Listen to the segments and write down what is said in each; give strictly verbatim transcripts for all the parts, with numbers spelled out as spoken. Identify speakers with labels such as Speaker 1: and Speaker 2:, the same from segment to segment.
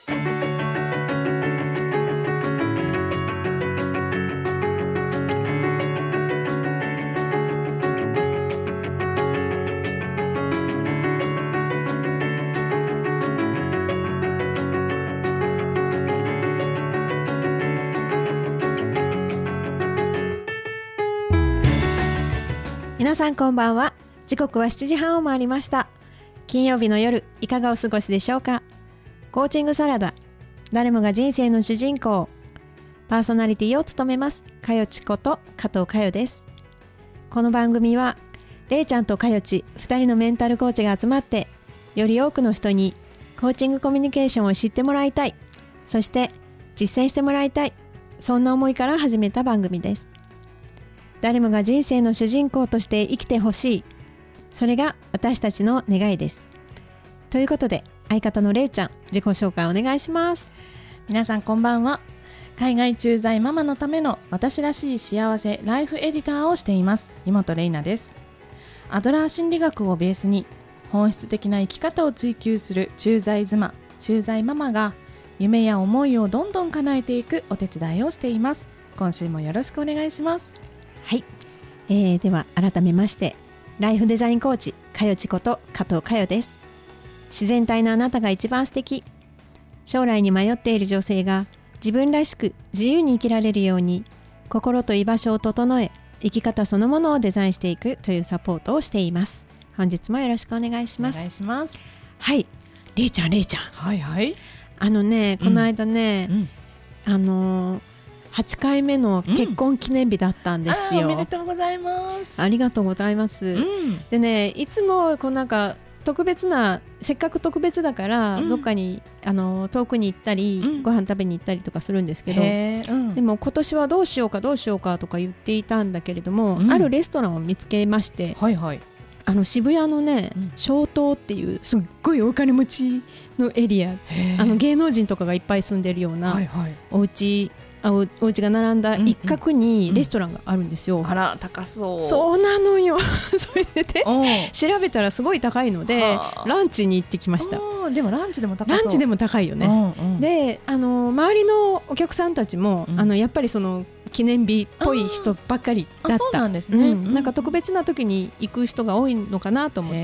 Speaker 1: 皆さんこんばんは。時刻はしちじはんを回りました。金曜日の夜いかがお過ごしでしょうか。コーチングサラダ、誰もが人生の主人公、パーソナリティを務めますかよちこと加藤かよです。この番組はれいちゃんとかよちふたりのメンタルコーチが集まって、より多くの人にコーチングコミュニケーションを知ってもらいたい、そして実践してもらいたい、そんな思いから始めた番組です。誰もが人生の主人公として生きてほしい、それが私たちの願いです。ということで、相方のれいちゃん、自己紹介お願いします。
Speaker 2: 皆さんこんばんは。海外駐在ママのための私らしい幸せライフエディターをしています井本玲奈です。アドラー心理学をベースに本質的な生き方を追求する駐在妻、駐在ママが夢や思いをどんどん叶えていくお手伝いをしています。今週もよろしくお願いします。
Speaker 1: はい、えー、では改めまして、ライフデザインコーチかよちこと加藤かよです。自然体のあなたが一番素敵。将来に迷っている女性が自分らしく自由に生きられるように、心と居場所を整え、生き方そのものをデザインしていくというサポートをしています。本日もよろしくお願いします。
Speaker 2: お願いします。
Speaker 1: はい、れいちゃんれいちゃん、はいはい、あのね、この間ね、うんうん、あのーはちかいめの結婚記念日だったんですよ、
Speaker 2: うん、おめでとうございます。
Speaker 1: ありがとうございます、うん、でね、いつもこうなんか特別な、せっかく特別だから、うん、どっかにあの遠くに行ったり、うん、ご飯食べに行ったりとかするんですけど、うん、でも今年はどうしようかどうしようかとか言っていたんだけれども、うん、あるレストランを見つけまして、はいはい、あの渋谷のね、うん、松濤っていうすっごいお金持ちのエリア、あの芸能人とかがいっぱい住んでるような、はいはい、お家お家が並んだ一角にレストランがあるんですよ、うんうん、
Speaker 2: あら高そう。
Speaker 1: そうなのよそれでね、調べたらすごい高いのでランチに行ってきました。
Speaker 2: でもランチでも高そう。
Speaker 1: ランチでも高いよね、うんうん、であの周りのお客さんたちも、うん、あのやっぱりその記念日っぽい人ばっかりだった。あ、そうなんですね、うん、なんか特別な時に行く人が多いのかなと思って、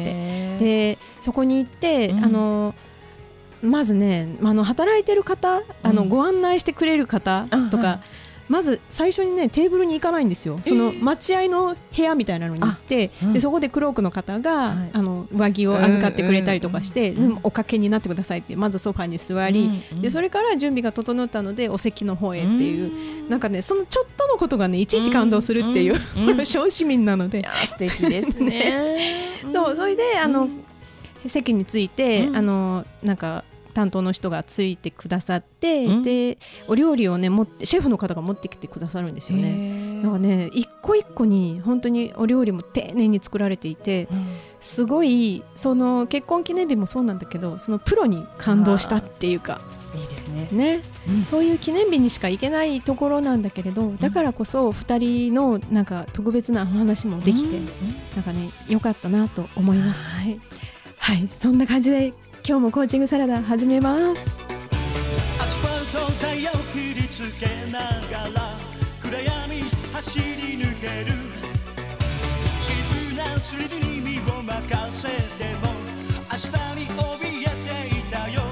Speaker 1: でそこに行って、うん、あのまずね、あの働いてる方、あの、うん、ご案内してくれる方とか、まず最初にねテーブルに行かないんですよ。その待合の部屋みたいなのに行って、うん、でそこでクロークの方が、はい、あの上着を預かってくれたりとかして、うんうん、おかけになってくださいってまずソファに座り、うんうん、でそれから準備が整ったのでお席の方へっていう、うん、なんかねそのちょっとのことがねいちいち感動するっていう、うんうん、小市民なので、いや
Speaker 2: 素敵ですね
Speaker 1: そうそれであの、うん、席について、うん、あのなんか担当の人がついてくださって、うん、でお料理をね持ってシェフの方が持ってきてくださるんですよね。だからね一個一個に本当にお料理も丁寧に作られていて、うん、すごいその結婚記念日もそうなんだけど、そのプロに感動したっていうか、
Speaker 2: いいですね、
Speaker 1: ね、うん、そういう記念日にしか行けないところなんだけれど、だからこそふたりのなんか特別なお話もできて、うん、なんかね良かったなと思います。はい、はい、そんな感じで今日もコーチングサラダ始めます。
Speaker 3: アスファルト台を切りつけながら暗闇走り抜ける、自分なスリルに身を任せても明日に怯えていたよ。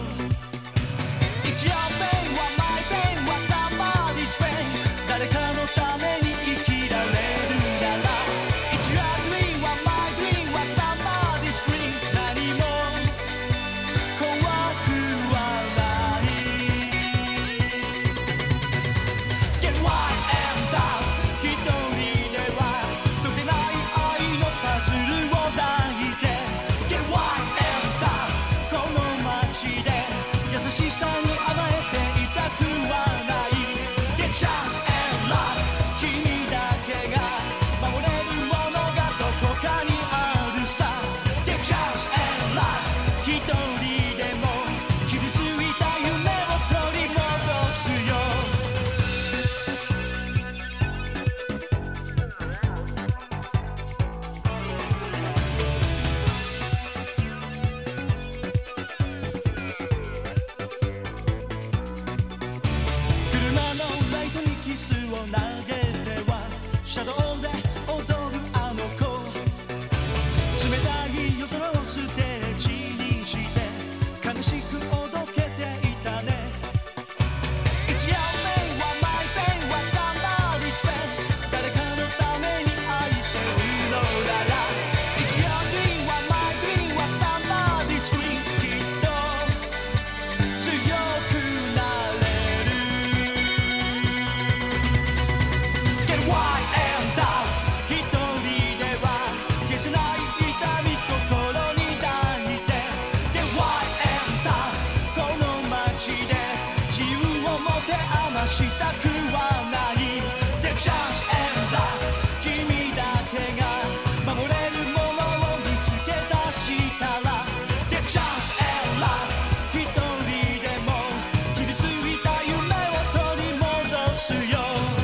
Speaker 3: It's your pain は my pain は somebody's pain、 誰かのために生きられるなら It's your dream は my dream は somebody's dream、 何もちで自由を持て余したくはない Take chance and love 君だけが守れるものを見つけ出したら Take chance and love 一人でも傷ついた夢を取り戻すよ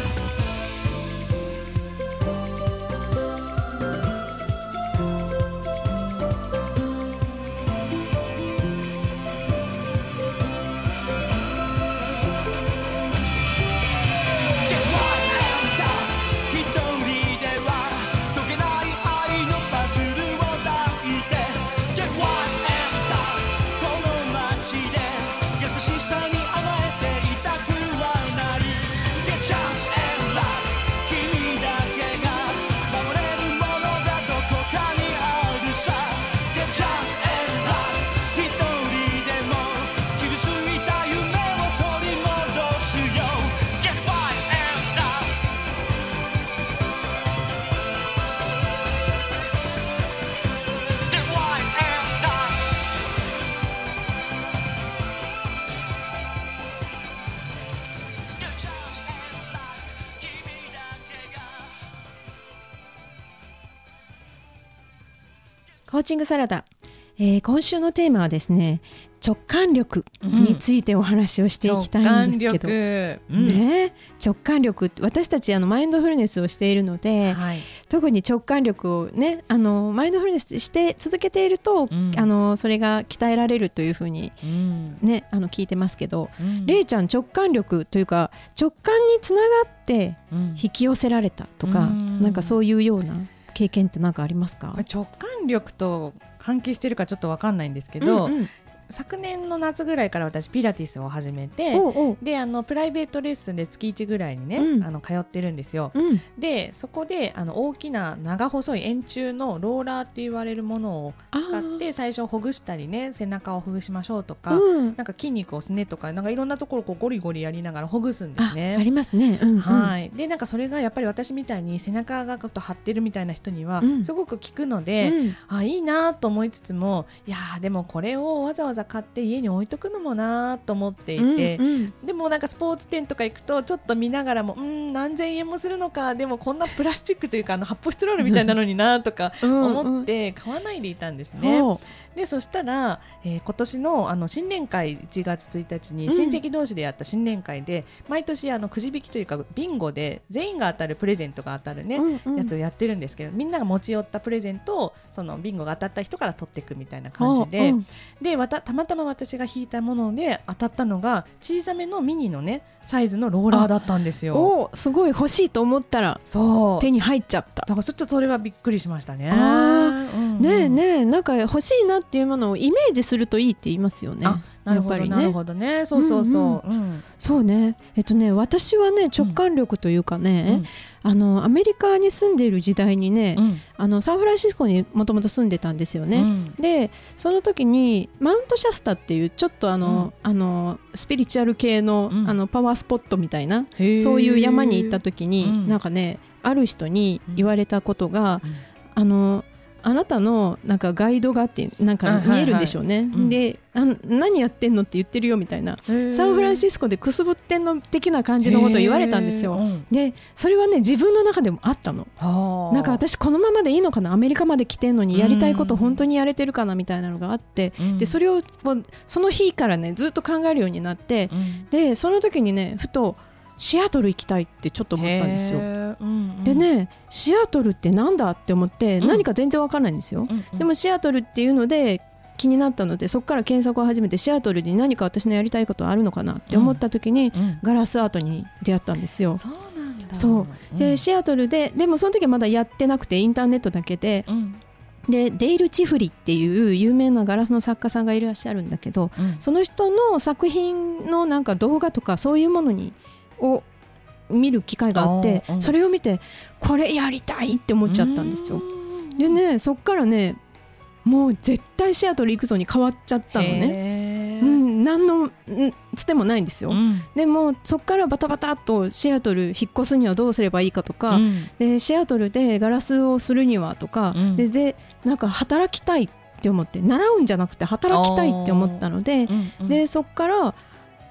Speaker 1: コーチングサラダ、えー、今週のテーマはですね直感力についてお話をしていきたいんですけど、うんね、直感力私たちあのマインドフルネスをしているので、はい、特に直感力をねあのマインドフルネスして続けていると、うん、あのそれが鍛えられるというふうに、うんね、あの聞いてますけど、うん、れいちゃん直感力というか直感につながって引き寄せられたとか、うん、なんかそういうような経験って何かありますか？
Speaker 2: 直感力と関係してるかちょっと分かんないんですけど、うんうん、昨年の夏ぐらいから私ピラティスを始めておうおうであのプライベートレッスンで月いちぐらいにね、うん、あの通ってるんですよ、うん、でそこであの大きな長細い円柱のローラーって言われるものを使って最初ほぐしたりね背中をほぐしましょうとか、うん、なんか筋肉をすねとかなんかいろんなところをこうゴリゴリやりながらほぐすんですね。
Speaker 1: あ, ありますね、うんうん、
Speaker 2: はいでなんかそれがやっぱり私みたいに背中がちょっと張ってるみたいな人にはすごく効くので、うん、あいいなと思いつつもいやでもこれをわざわざ買って家に置いとくのもなと思っていて、うんうん、でもなんかスポーツ店とか行くとちょっと見ながらもうん何千円もするのかでもこんなプラスチックというかあの発泡スチロールみたいなのになとか思って買わないでいたんですね、うんうん、でそしたら、えー、今年 の, あの新年会いちがつついたちに親戚同士でやった新年会で、うん、毎年あのくじ引きというかビンゴで全員が当たるプレゼントが当たる、ねうんうん、やつをやってるんですけどみんなが持ち寄ったプレゼントをそのビンゴが当たった人から取っていくみたいな感じで、うん、でわた, たまたま私が引いたもので当たったのが小さめのミニの、ね、サイズのローラーだったんですよ。
Speaker 1: おすごい欲しいと思ったらそう手に入っちゃった。
Speaker 2: だからちょっとそれはびっくりしましたね。
Speaker 1: あ、うんうん、ねえねえなんか欲しいなっていうものをイメージするといいって言いますよね。
Speaker 2: あなるほど、ね、なるほどねそうそうそう、うんうんうん、
Speaker 1: そうねえっとね私はね直感力というかね、うん、あのアメリカに住んでいる時代にね、うん、あのサンフランシスコにもともと住んでたんですよね、うん、でその時にマウントシャスタっていうちょっとあの、うん、あのスピリチュアル系 の,、うん、あのパワースポットみたいなそういう山に行った時に、うん、なんかねある人に言われたことが、うん、あのあなたのなんかガイドがってなんか見えるんでしょうね、はいはいはい、であ何やってんのって言ってるよみたいなサンフランシスコでくすぶってんの的な感じのことを言われたんですよ。でそれはね自分の中でもあったの。なんか私このままでいいのかなアメリカまで来てんのにやりたいこと本当にやれてるかなみたいなのがあって、うん、でそれをその日からねずっと考えるようになって、うん、でその時にねふとシアトル行きたいってちょっと思ったんですよ、うんうん、でねシアトルってなんだって思って、うん、何か全然わかんないんですよ、うんうん、でもシアトルっていうので気になったのでそこから検索を始めてシアトルに何か私のやりたいことあるのかなって思った時に、うんうん、ガラスアートに出会ったんですよ。
Speaker 2: そうなんだ。
Speaker 1: そうで、うん、シアトルででもその時はまだやってなくてインターネットだけで、うんでデイル・チフリっていう有名なガラスの作家さんがいらっしゃるんだけど、うん、その人の作品のなんか動画とかそういうものにを見る機会があって、それを見てこれやりたいって思っちゃったんですよ。でねそっからねもう絶対シアトル行くぞに変わっちゃったのね、うん、何のつてもないんですよ、うん、でもそっからバタバタっとシアトル引っ越すにはどうすればいいかとか、うん、でシアトルでガラスをするにはとか、うん、ででなんか働きたいって思って習うんじゃなくて働きたいって思ったので、うんうん、でそっから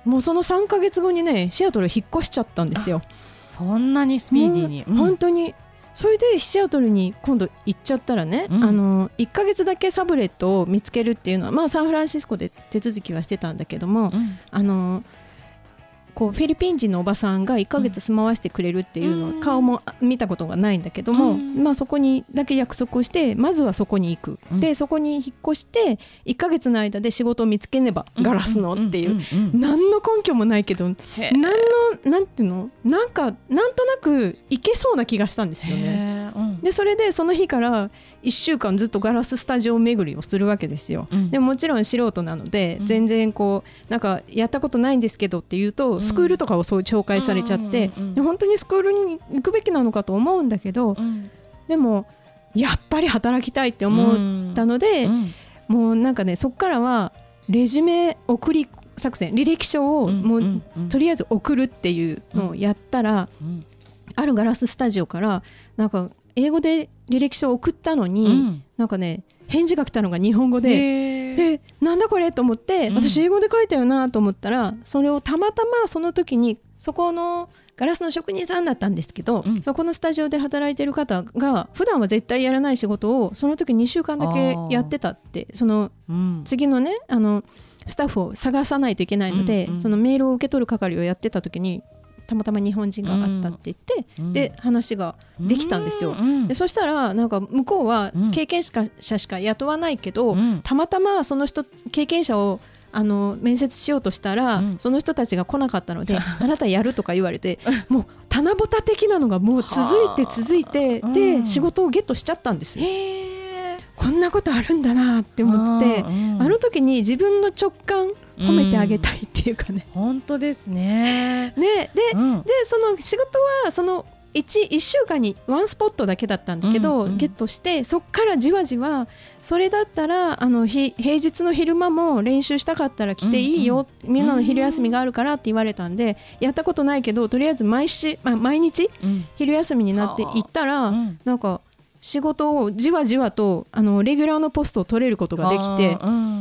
Speaker 1: もうそのさんかげつごにねシアトル引っ越しちゃったんですよ。
Speaker 2: そんなにスピーディーに、
Speaker 1: うん、本当にそれでシアトルに今度行っちゃったらね、うん、あのいっかげつだけサブレットを見つけるっていうのは、まあ、サンフランシスコで手続きはしてたんだけども、うん、あのこうフィリピン人のおばさんがいっかげつ住まわせてくれるっていうのを、うん、顔も見たことがないんだけども、うんまあ、そこにだけ約束をしてまずはそこに行く、うん、でそこに引っ越していっかげつの間で仕事を見つけねばガラスのっていう何の根拠もないけど何のなんていうのなんかなんとなくいけそうな気がしたんですよね、うん、でそれでその日からいっしゅうかんずっとガラススタジオ巡りをするわけですよ、うん、でももちろん素人なので、うん、全然こうなんかやったことないんですけどって言うと、うん、スクールとかをそう紹介されちゃって、うん、で本当にスクールに行くべきなのかと思うんだけど、うん、でもやっぱり働きたいって思ったので、うん、もうなんかねそこからはレジュメ送り作戦履歴書をもう、うんうん、とりあえず送るっていうのをやったら、うん、あるガラススタジオからなんか英語で履歴書を送ったのに、うん、なんかね返事が来たのが日本語で、でなんだこれと思って、うん、私英語で書いたよなと思ったらそれをたまたまその時にそこのガラスの職人さんだったんですけど、うん、そこのスタジオで働いてる方が普段は絶対やらない仕事をその時にしゅうかんだけやってたって、その次のねあのスタッフを探さないといけないので、うんうん、そのメールを受け取る係をやってた時にたまたま日本人があったって言って、うん、で話ができたんですよ、うん、でそしたらなんか向こうは経験者しか雇わないけど、うん、たまたまその人経験者をあの面接しようとしたら、うん、その人たちが来なかったのであなたやるとか言われてもう棚ぼた的なのがもう続いて続いてで、うん、仕事をゲットしちゃったんですよ。へー、こんなことあるんだなって思って、うん、あの時に自分の直感褒めてあげたいっていうかね、
Speaker 2: うん、本当ですね。
Speaker 1: ねで、うん、でその仕事はその 1, いっしゅうかんにワンスポットだけだったんだけど、うんうん、ゲットしてそっからじわじわそれだったらあのひ平日の昼間も練習したかったら来ていいよ、うんうん、みんなの昼休みがあるからって言われたんで、やったことないけどとりあえず 毎, し、まあ、毎日昼休みになって行ったら、うん、なんか仕事をじわじわとあのレギュラーのポストを取れることができて、あ、うんうん、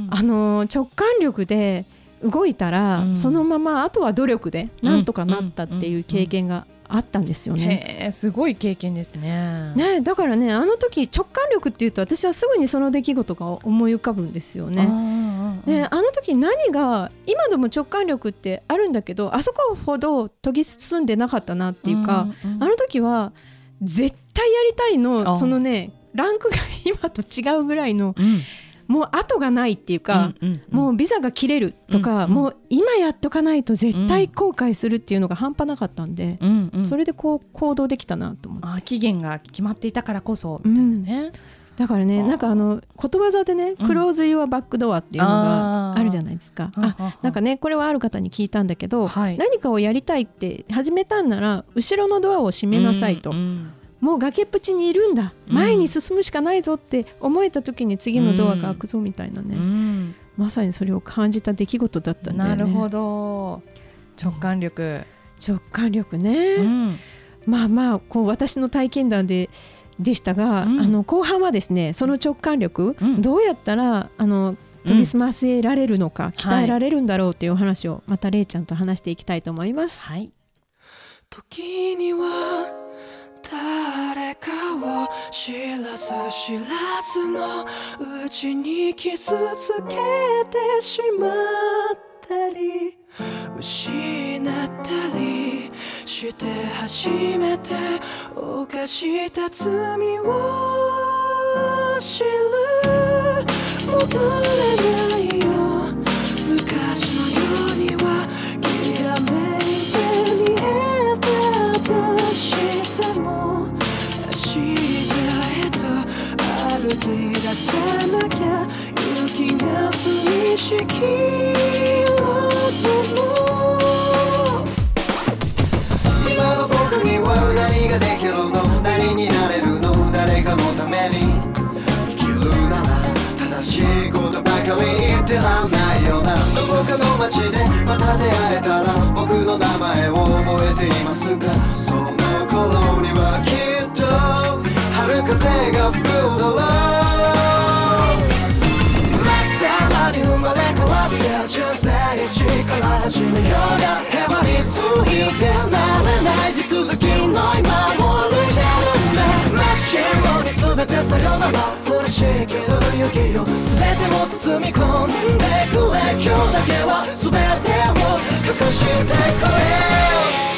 Speaker 1: あの直感力で動いたら、うん、そのままあとは努力でなんとかなったっていう経験があったんですよね。
Speaker 2: へー、すごい経験ですね。
Speaker 1: ね、だからねあの時直感力っていうと私はすぐにその出来事が思い浮かぶんですよね。あ, ねあの時何が今でも直感力ってあるんだけどあそこほど研ぎ進んでなかったなっていうか、うんうん、あの時は絶対やりたいのそのねランクが今と違うぐらいの、うん、もう後がないっていうか、うんうんうん、もうビザが切れるとか、うんうん、もう今やっとかないと絶対後悔するっていうのが半端なかったんで、うんうん、それでこう行動できたなと思って。
Speaker 2: あ、期限が決まっていたからこそみたいなね、うん、
Speaker 1: だからねなんかあのことわざでね、うん、クローズユアバックドアっていうのがあるじゃないですか。ああなんかねこれはある方に聞いたんだけど、はい、何かをやりたいって始めたんなら後ろのドアを閉めなさいと、うんうんもう崖っぷちにいるんだ前に進むしかないぞって思えた時に次のドアが開くぞみたいなね、うん、まさにそれを感じた出来事だったんだよね。
Speaker 2: なるほど、直感力
Speaker 1: 直感力ね、うん、まあまあこう私の体験談ででしたが、うん、あの後半はですねその直感力、うん、どうやったらあの研ぎ澄ませられるのか、うん、鍛えられるんだろうというお話をまたれいちゃんと話していきたいと思います、はい、
Speaker 3: 時には誰かを知らず知らずのうちに傷つけてしまったり失ったりして初めて犯した罪を知る。戻れないよ昔のようにはきらめいて見えたとしても明日へと歩き出さなきゃ勇気が降りしきろうとも今の僕には何ができるの何になれるの誰かのために生きるなら正しいことばかり一から始めようがへばりついてなれない地続きの今を歩いてるんだ真っ白に全てさよなら降りしきる雪を全てを包み込んでくれ今日だけは全てを隠してくれ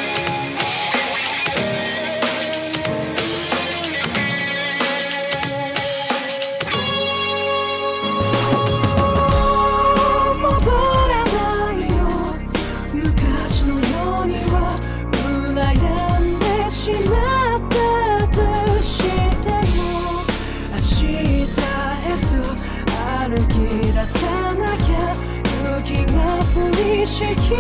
Speaker 3: しきろうとも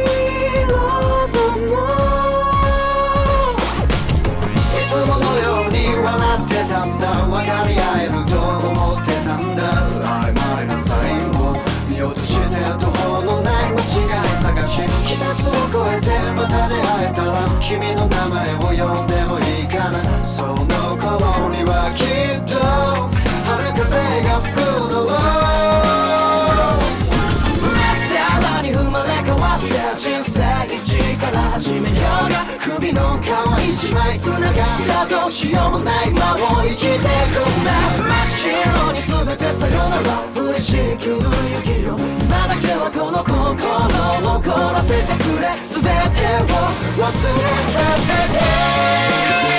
Speaker 3: いつものように笑ってたんだ分かり合えると思ってたんだ曖昧なサインを見落として途方のない間違い探し季節を越えてまた出会えたら君の名前を呼んでもいいかなその頃にはきっと春風が吹くだろう人生一から始めようが首の皮一枚繋がったどうしようもない間を生きてくんだ真っ白に全てさよなら降りしきる雪よ今だけはこの心を凍らせてくれ全てを忘れさせて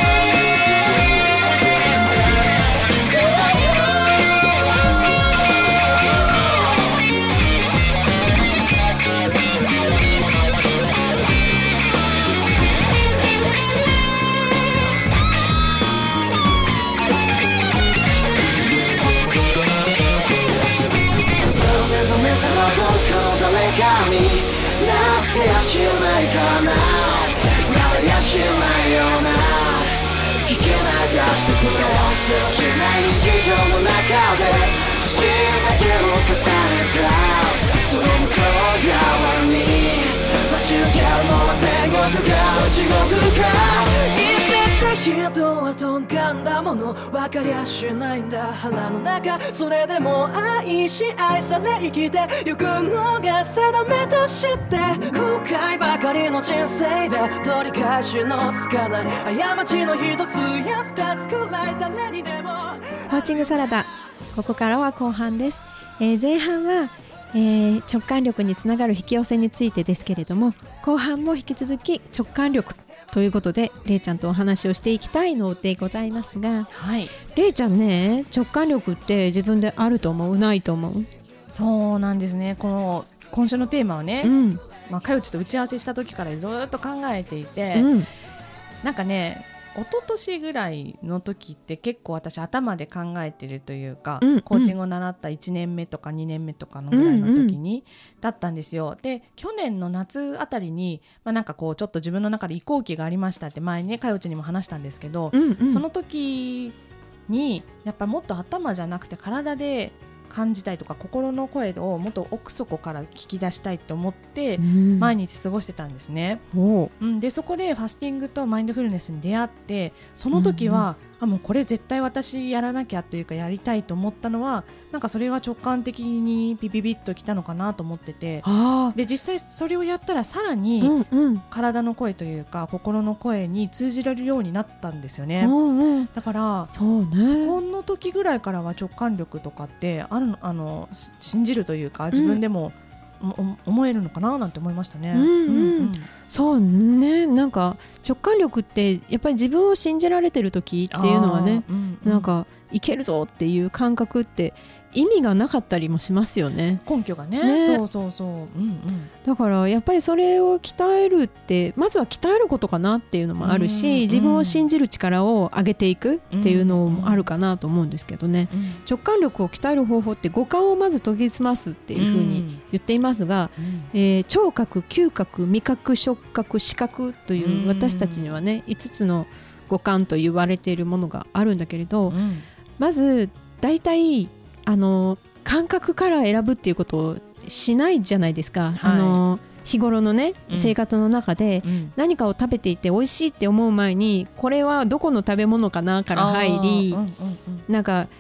Speaker 3: になってやしないかなまだやしないような聞き流してくれせはしない日常の中で年だけを重ねたその向こう側に待ち受けるのは天国か地獄か人はとんがんだもの分かりゃしないんだ腹の中それでも愛し愛され生きてゆくのが定めとして後悔ばかりの人生で取り返しのつかない過ちの一つや二つくらい誰にでも
Speaker 1: コーチングサラダここからは後半です、えー、前半は、えー、直感力につながる引き寄せについてですけれども後半も引き続き直感力ということでれいちゃんとお話をしていきたいのでございますが、はい、れいちゃんね直感力って自分であると思うないと思う？
Speaker 2: そうなんですね。この今週のテーマをね、うんまあ、かよちと打ち合わせした時からずっと考えていて、うん、なんかね一昨年ぐらいの時って結構私頭で考えてるというか、うんうん、コーチングを習ったいちねんめとかにねんめとかのぐらいの時に、うんうん、だったんですよ。で去年の夏あたりに、まあ、なんかこうちょっと自分の中で移行期がありましたって前にねかよちにも話したんですけど、うんうん、その時にやっぱりもっと頭じゃなくて体で感じたいとか心の声をもっと奥底から聞き出したいと思って毎日過ごしてたんですね、うんうん、でそこでファスティングとマインドフルネスに出会ってその時は、うんうん、あもうこれ絶対私やらなきゃというかやりたいと思ったのはなんかそれが直感的にビビビッときたのかなと思っててで実際それをやったらさらに体の声というか心の声に通じられるようになったんですよね、うんうん、だからそ、ね、そこの時ぐらいからは直感力とかってあるあの信じるというか自分でも、うん、思えるのかななんて思いましたね、うんうんうん、
Speaker 1: そうねなんか直感力ってやっぱり自分を信じられてる時っていうのはね、うんうん、なんかいけるぞっていう感覚って意味がなかったりもしますよね
Speaker 2: 根拠が ね, ねそうそうそう、うんうん、
Speaker 1: だからやっぱりそれを鍛えるってまずは鍛えることかなっていうのもあるし、うんうん、自分を信じる力を上げていくっていうのもあるかなと思うんですけどね、うんうん、直感力を鍛える方法って五感をまず研ぎ澄ますっていうふうに言っていますが、うんえー、聴覚、嗅覚、味覚、触覚、視覚という私たちにはねいつつの五感と言われているものがあるんだけれど、うん、まずだいたいあの感覚から選ぶっていうことをしないじゃないですか、はい、あの日頃のね、うん、生活の中で何かを食べていて美味しいって思う前にこれはどこの食べ物かなから入り、うんうんうん、なんか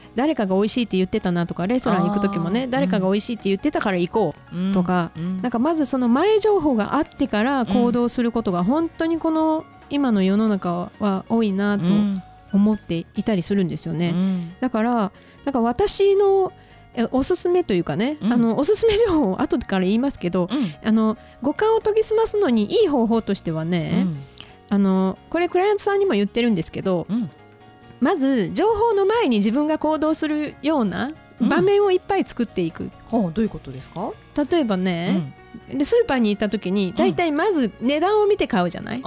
Speaker 1: 誰かが美味しいって言ってたなとか、レストラン行く時もね誰かが美味しいって言ってたから行こうとか、うん、なんかまずその前情報があってから行動することが本当にこの今の世の中は多いなと思っていたりするんですよね、うん、だからだから私のおすすめというかね、うん、あのおすすめ情報を後から言いますけど、うん、あの五感を研ぎ澄ますのにいい方法としてはね、うん、あのこれクライアントさんにも言ってるんですけど、うん、まず情報の前に自分が行動するような場面をいっぱい作っていく、
Speaker 2: うん、はあ、どういうことですか？
Speaker 1: 例えばね、うん、スーパーに行った時にだいたいまず値段を見て買うじゃない、うん、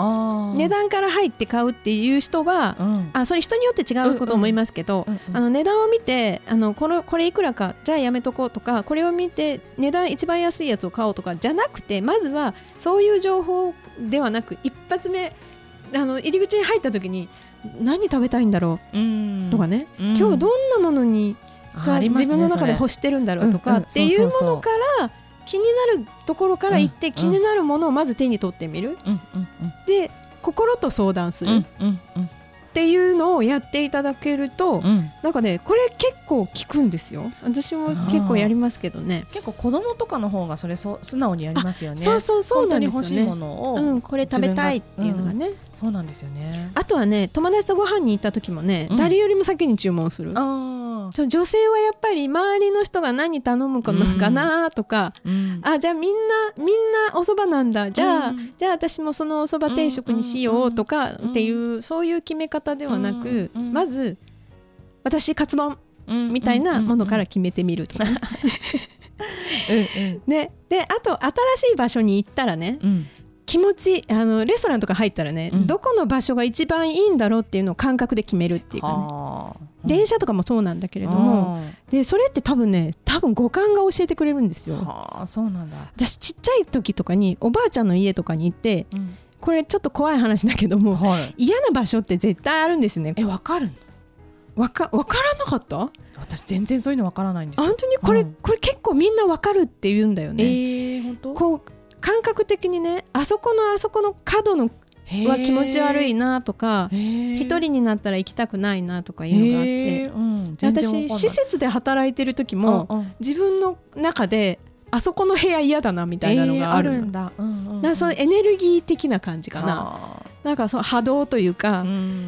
Speaker 1: 値段から入って買うっていう人は、うん、あそれ人によって違うこと思いますけど、うんうん、あの値段を見てあのこのこれいくらかじゃあやめとこうとか、これを見て値段一番安いやつを買おうとかじゃなくて、まずはそういう情報ではなく一発目あの入り口に入った時に何食べたいんだろう、うん、とかね、うん、今日どんなものにが自分の中で欲してるんだろうとかっていうものから気になるところから行って気になるものをまず手に取ってみる、で心と相談するっていうのをやっていただけると、なんかねこれ結構効くんですよ。私も結構やりますけどね。
Speaker 2: 結構子供とかの方がそれそ素直にやりますよね。
Speaker 1: そうそうそうなんですよね。
Speaker 2: 本当に欲しいものを、
Speaker 1: うん、これ食べたいっていうのがね、うん、
Speaker 2: そうなんですよね。
Speaker 1: あとはね友達とご飯に行った時もね、うん、誰よりも先に注文する。あ女性はやっぱり周りの人が何頼むかなとか、うん、あじゃあみんなみんなお蕎麦なんだ、じゃあ、うん、じゃあ私もそのお蕎麦定食にしようとかっていう、うん、そういう決め方ではなく、うん、まず私カツ丼みたいなものから決めてみるとかね。うんうん、ねであと新しい場所に行ったらね、うん気持ちあのレストランとか入ったらね、うん、どこの場所が一番いいんだろうっていうのを感覚で決めるっていうかね、うん、電車とかもそうなんだけれども、でそれって多分ね多分五感が教えてくれるんですよ。
Speaker 2: はあ、そうなんだ。
Speaker 1: 私ちっちゃい時とかにおばあちゃんの家とかに行って、うん、これちょっと怖い話だけども、はい、嫌な場所って絶対あるんですね。
Speaker 2: えわかる
Speaker 1: わかわからなかった？
Speaker 2: 私全然そういうのわからないんですよ。
Speaker 1: 本当にこれ、うん、これ結構みんなわかるって言うんだよね。
Speaker 2: えー、本当？
Speaker 1: こう感覚的にねあそこのあそこの角のは気持ち悪いなとか一人になったら行きたくないなとかいうのがあって、うん、私施設で働いてる時もああ自分の中であそこの部屋嫌だなみたいなのがある、えー、あるんだ、うんうんうん、だからそういうエネルギー的な感じかな。なんかその波動というか、うん、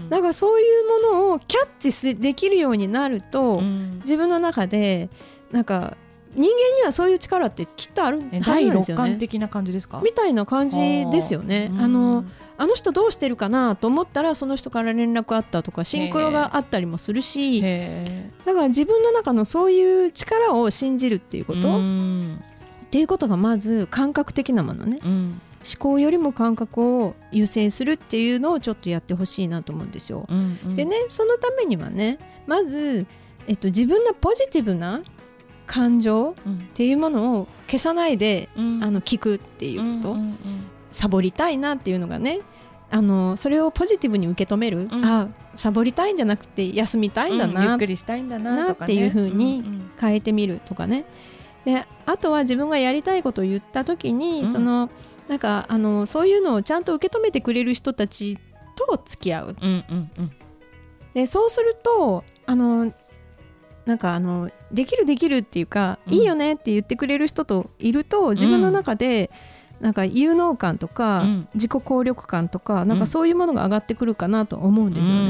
Speaker 1: なんかそういうものをキャッチできるようになると、うん、自分の中でなんか人間にはそういう力ってきっとあるはずなんですよね。
Speaker 2: 第六感的な感じですか？
Speaker 1: みたいな感じですよね。あのあの人どうしてるかなと思ったらその人から連絡あったとかシンクロがあったりもするし、だから自分の中のそういう力を信じるっていうことっていうことがまず感覚的なものね、うん、思考よりも感覚を優先するっていうのをちょっとやってほしいなと思うんですよ、うんうん、でねそのためにはねまず、えっと、自分のポジティブな感情っていうものを消さないで、うん、あの聞くっていうこと、うんうんうん、サボりたいなっていうのがねあのそれをポジティブに受け止める、うん、あサボりたいんじゃなくて休みたいんだな、
Speaker 2: うん、ゆっくりしたいんだなとか、ね、
Speaker 1: っていう風に変えてみるとかね、うんうん、であとは自分がやりたいことを言った時に、うん、そのなんかあのそういうのをちゃんと受け止めてくれる人たちと付き合う、うんうんうん、でそうするとあのなんかあのできるできるっていうか、うん、いいよねって言ってくれる人といると自分の中でなんか有能感とか、うん、自己効力感とかなんかそういうものが上がってくるかなと思うんですよね、うんうん、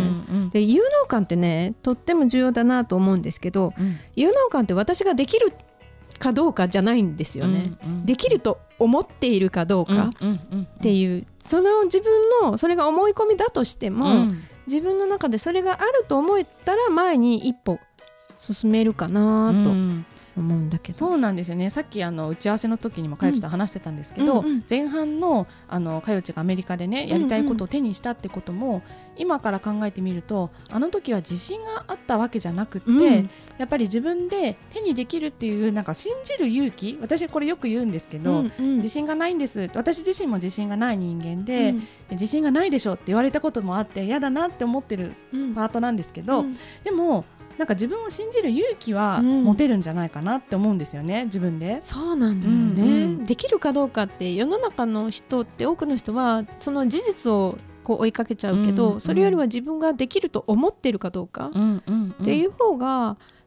Speaker 1: で有能感ってねとっても重要だなと思うんですけど、うん、有能感って私ができるかどうかじゃないんですよね、うんうん、できると思っているかどうかっていうその自分のそれが思い込みだとしても、うん、自分の中でそれがあると思えたら前に一歩進めるかなと思うんだけど、
Speaker 2: うん、そうなんですよね。さっきあの打ち合わせの時にもかよちと話してたんですけど、うんうんうん、前半のあのかよちがアメリカでねやりたいことを手にしたってことも、うんうん、今から考えてみるとあの時は自信があったわけじゃなくって、うん、やっぱり自分で手にできるっていうなんか信じる勇気、私これよく言うんですけど、うんうん、自信がないんです、私自身も自信がない人間で、うん、自信がないでしょって言われたこともあって嫌だなって思ってるパートなんですけど、うん、でもなんか自分を信じる勇気は持てるんじゃないかなって思うんですよね、うん、自分で。
Speaker 1: そうなんだよね、うんうん、できるかどうかって世の中の人って多くの人はその事実をこう追いかけちゃうけど、うんうん、それよりは自分ができると思ってるかどうかっていう方が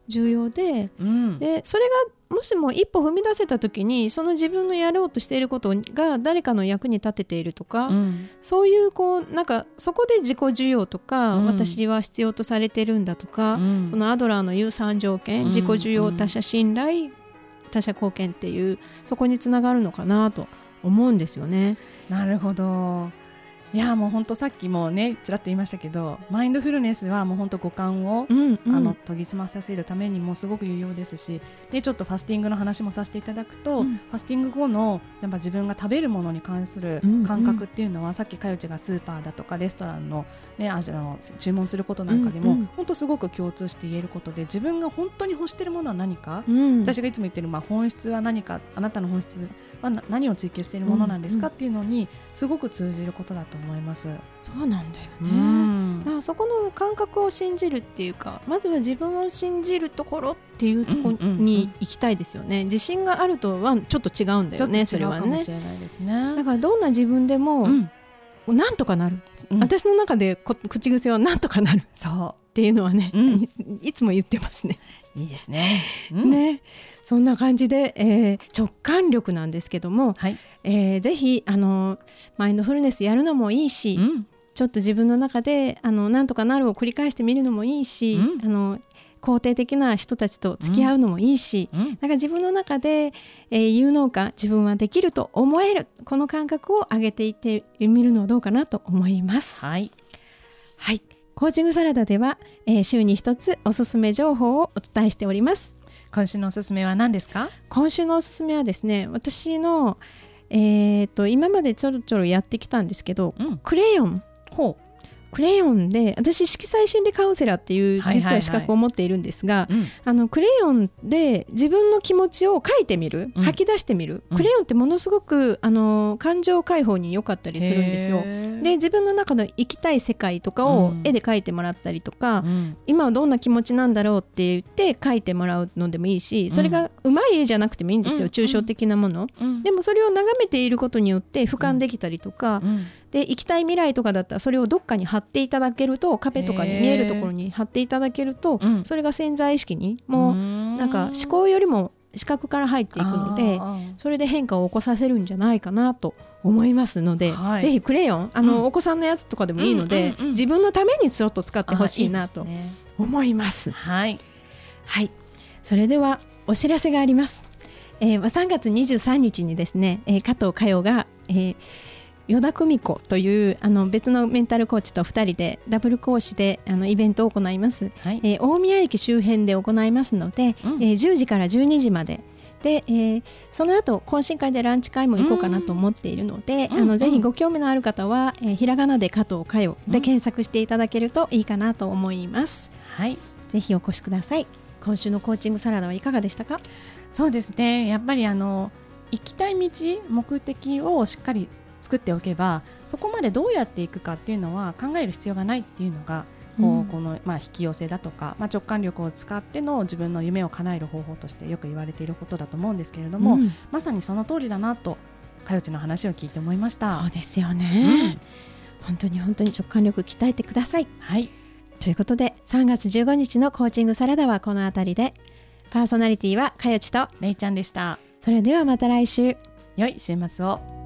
Speaker 1: 重要で、
Speaker 2: うん、
Speaker 1: でそれがもしも一歩踏み出せた時にその自分のやろうとしていることが誰かの役に立てているとか、
Speaker 2: うん、
Speaker 1: そういうこうなんかそこで自己需要とか、
Speaker 2: うん、
Speaker 1: 私は必要とされてるんだとか、うん、そのアドラーの言うさん条件、うん、自己需要、他者信頼、他者貢献っていうそこにつながるのかなと思うんですよね。
Speaker 2: なるほど。いやもう本当さっきもねちらっと言いましたけど、マインドフルネスはもう本当五感を、うんうん、あの研ぎ澄まさせるためにもすごく有用ですし、でちょっとファスティングの話もさせていただくと、うん、ファスティング後のやっぱ自分が食べるものに関する感覚っていうのは、うんうん、さっきかよちがスーパーだとかレストランの、ね、あの注文することなんかでも、うんうん、本当すごく共通して言えることで、自分が本当に欲しているものは何か、うん、私がいつも言ってる、まあ、本質は何か、あなたの本質は何を追求しているものなんですかっていうのにすごく通じることだと思います。
Speaker 1: そうなんだよね、うん、だからそこの感覚を信じるっていうか、まずは自分を信じるところっていうところに行きたいですよね、うんうんうん、自信があるとはちょっと違うんだよね。
Speaker 2: それはね、ちょっと違うかもしれないですね。
Speaker 1: だからどんな自分でも、うん、なんとかなる、うん、私の中でこ口癖はなんとかなるそうっていうのはね、うん、いつも言ってますね。
Speaker 2: いいですね、
Speaker 1: うん、ね、そんな感じで、えー、直感力なんですけども、はい、えー、ぜひあのマインドフルネスやるのもいいし、うん、ちょっと自分の中であのなんとかなるを繰り返してみるのもいいし、うん、あの肯定的な人たちと付き合うのもいいし、うん、なんか自分の中で、えー、有能感、自分はできると思える、この感覚を上げていってみるのはどうかなと思います。
Speaker 2: はい、
Speaker 1: はい、コーチングサラダでは、えー、週に一つおすすめ情報をお伝えしております。
Speaker 2: 今週のおすすめは何ですか？
Speaker 1: 今週のおすすめはですね、私の、えー、と今までちょろちょろやってきたんですけど、うん、クレヨン
Speaker 2: ほう
Speaker 1: クレヨンで、私色彩心理カウンセラーっていう実は資格を持っているんですが、はいはいはい、あのクレヨンで自分の気持ちを書いてみる、うん、吐き出してみる、うん、クレヨンってものすごくあの感情解放に良かったりするんですよ。で自分の中の生きたい世界とかを絵で描いてもらったりとか、うん、今はどんな気持ちなんだろうって言って描いてもらうのでもいいし、それがうまい絵じゃなくてもいいんですよ、うん、抽象的なもの、うん、でもそれを眺めていることによって俯瞰できたりとか、うんうん、で行きたい未来とかだったらそれをどっかに貼っていただけると、壁とかに見えるところに貼っていただけると、それが潜在意識にもうなんか思考よりも視覚から入っていくので、それで変化を起こさせるんじゃないかなと思いますので、はい、ぜひクレヨンあの、うん、お子さんのやつとかでもいいので、うんうんうん、自分のためにちょっと使ってほしいなと思います。
Speaker 2: はい、
Speaker 1: はい、それではお知らせがあります。えー、さんがつにじゅうさんにちにですね、えー、加藤佳代が、えー依田久美子というあの別のメンタルコーチとふたりでダブル講師であのイベントを行います、はい、えー、大宮駅周辺で行いますので、うん、えー、じゅうじからじゅうにじまでで、えー、その後懇親会でランチ会も行こうかなと思っているので、うん、あのぜひご興味のある方は、えー、ひらがなで加藤佳代で検索していただけるといいかなと思います、
Speaker 2: はい、
Speaker 1: ぜひお越しください。今週のコーチングサラダはいかがでしたか？
Speaker 2: そうですね、やっぱりあの行きたい道、目的をしっかり作っておけば、そこまでどうやっていくかっていうのは考える必要がないっていうのがこう、うん、このまあ引き寄せだとか、まあ、直感力を使っての自分の夢を叶える方法としてよく言われていることだと思うんですけれども、うん、まさにその通りだなとかよちの話を聞いて思いました。
Speaker 1: そうですよね、うん、本当に本当に直感力鍛えてください。
Speaker 2: はい、
Speaker 1: ということでさんがつじゅうごにちのコーチングサラダはこのあたりで、パーソナリティはかよちと
Speaker 2: れいちゃんでした。
Speaker 1: それではまた来週、
Speaker 2: 良い週末を。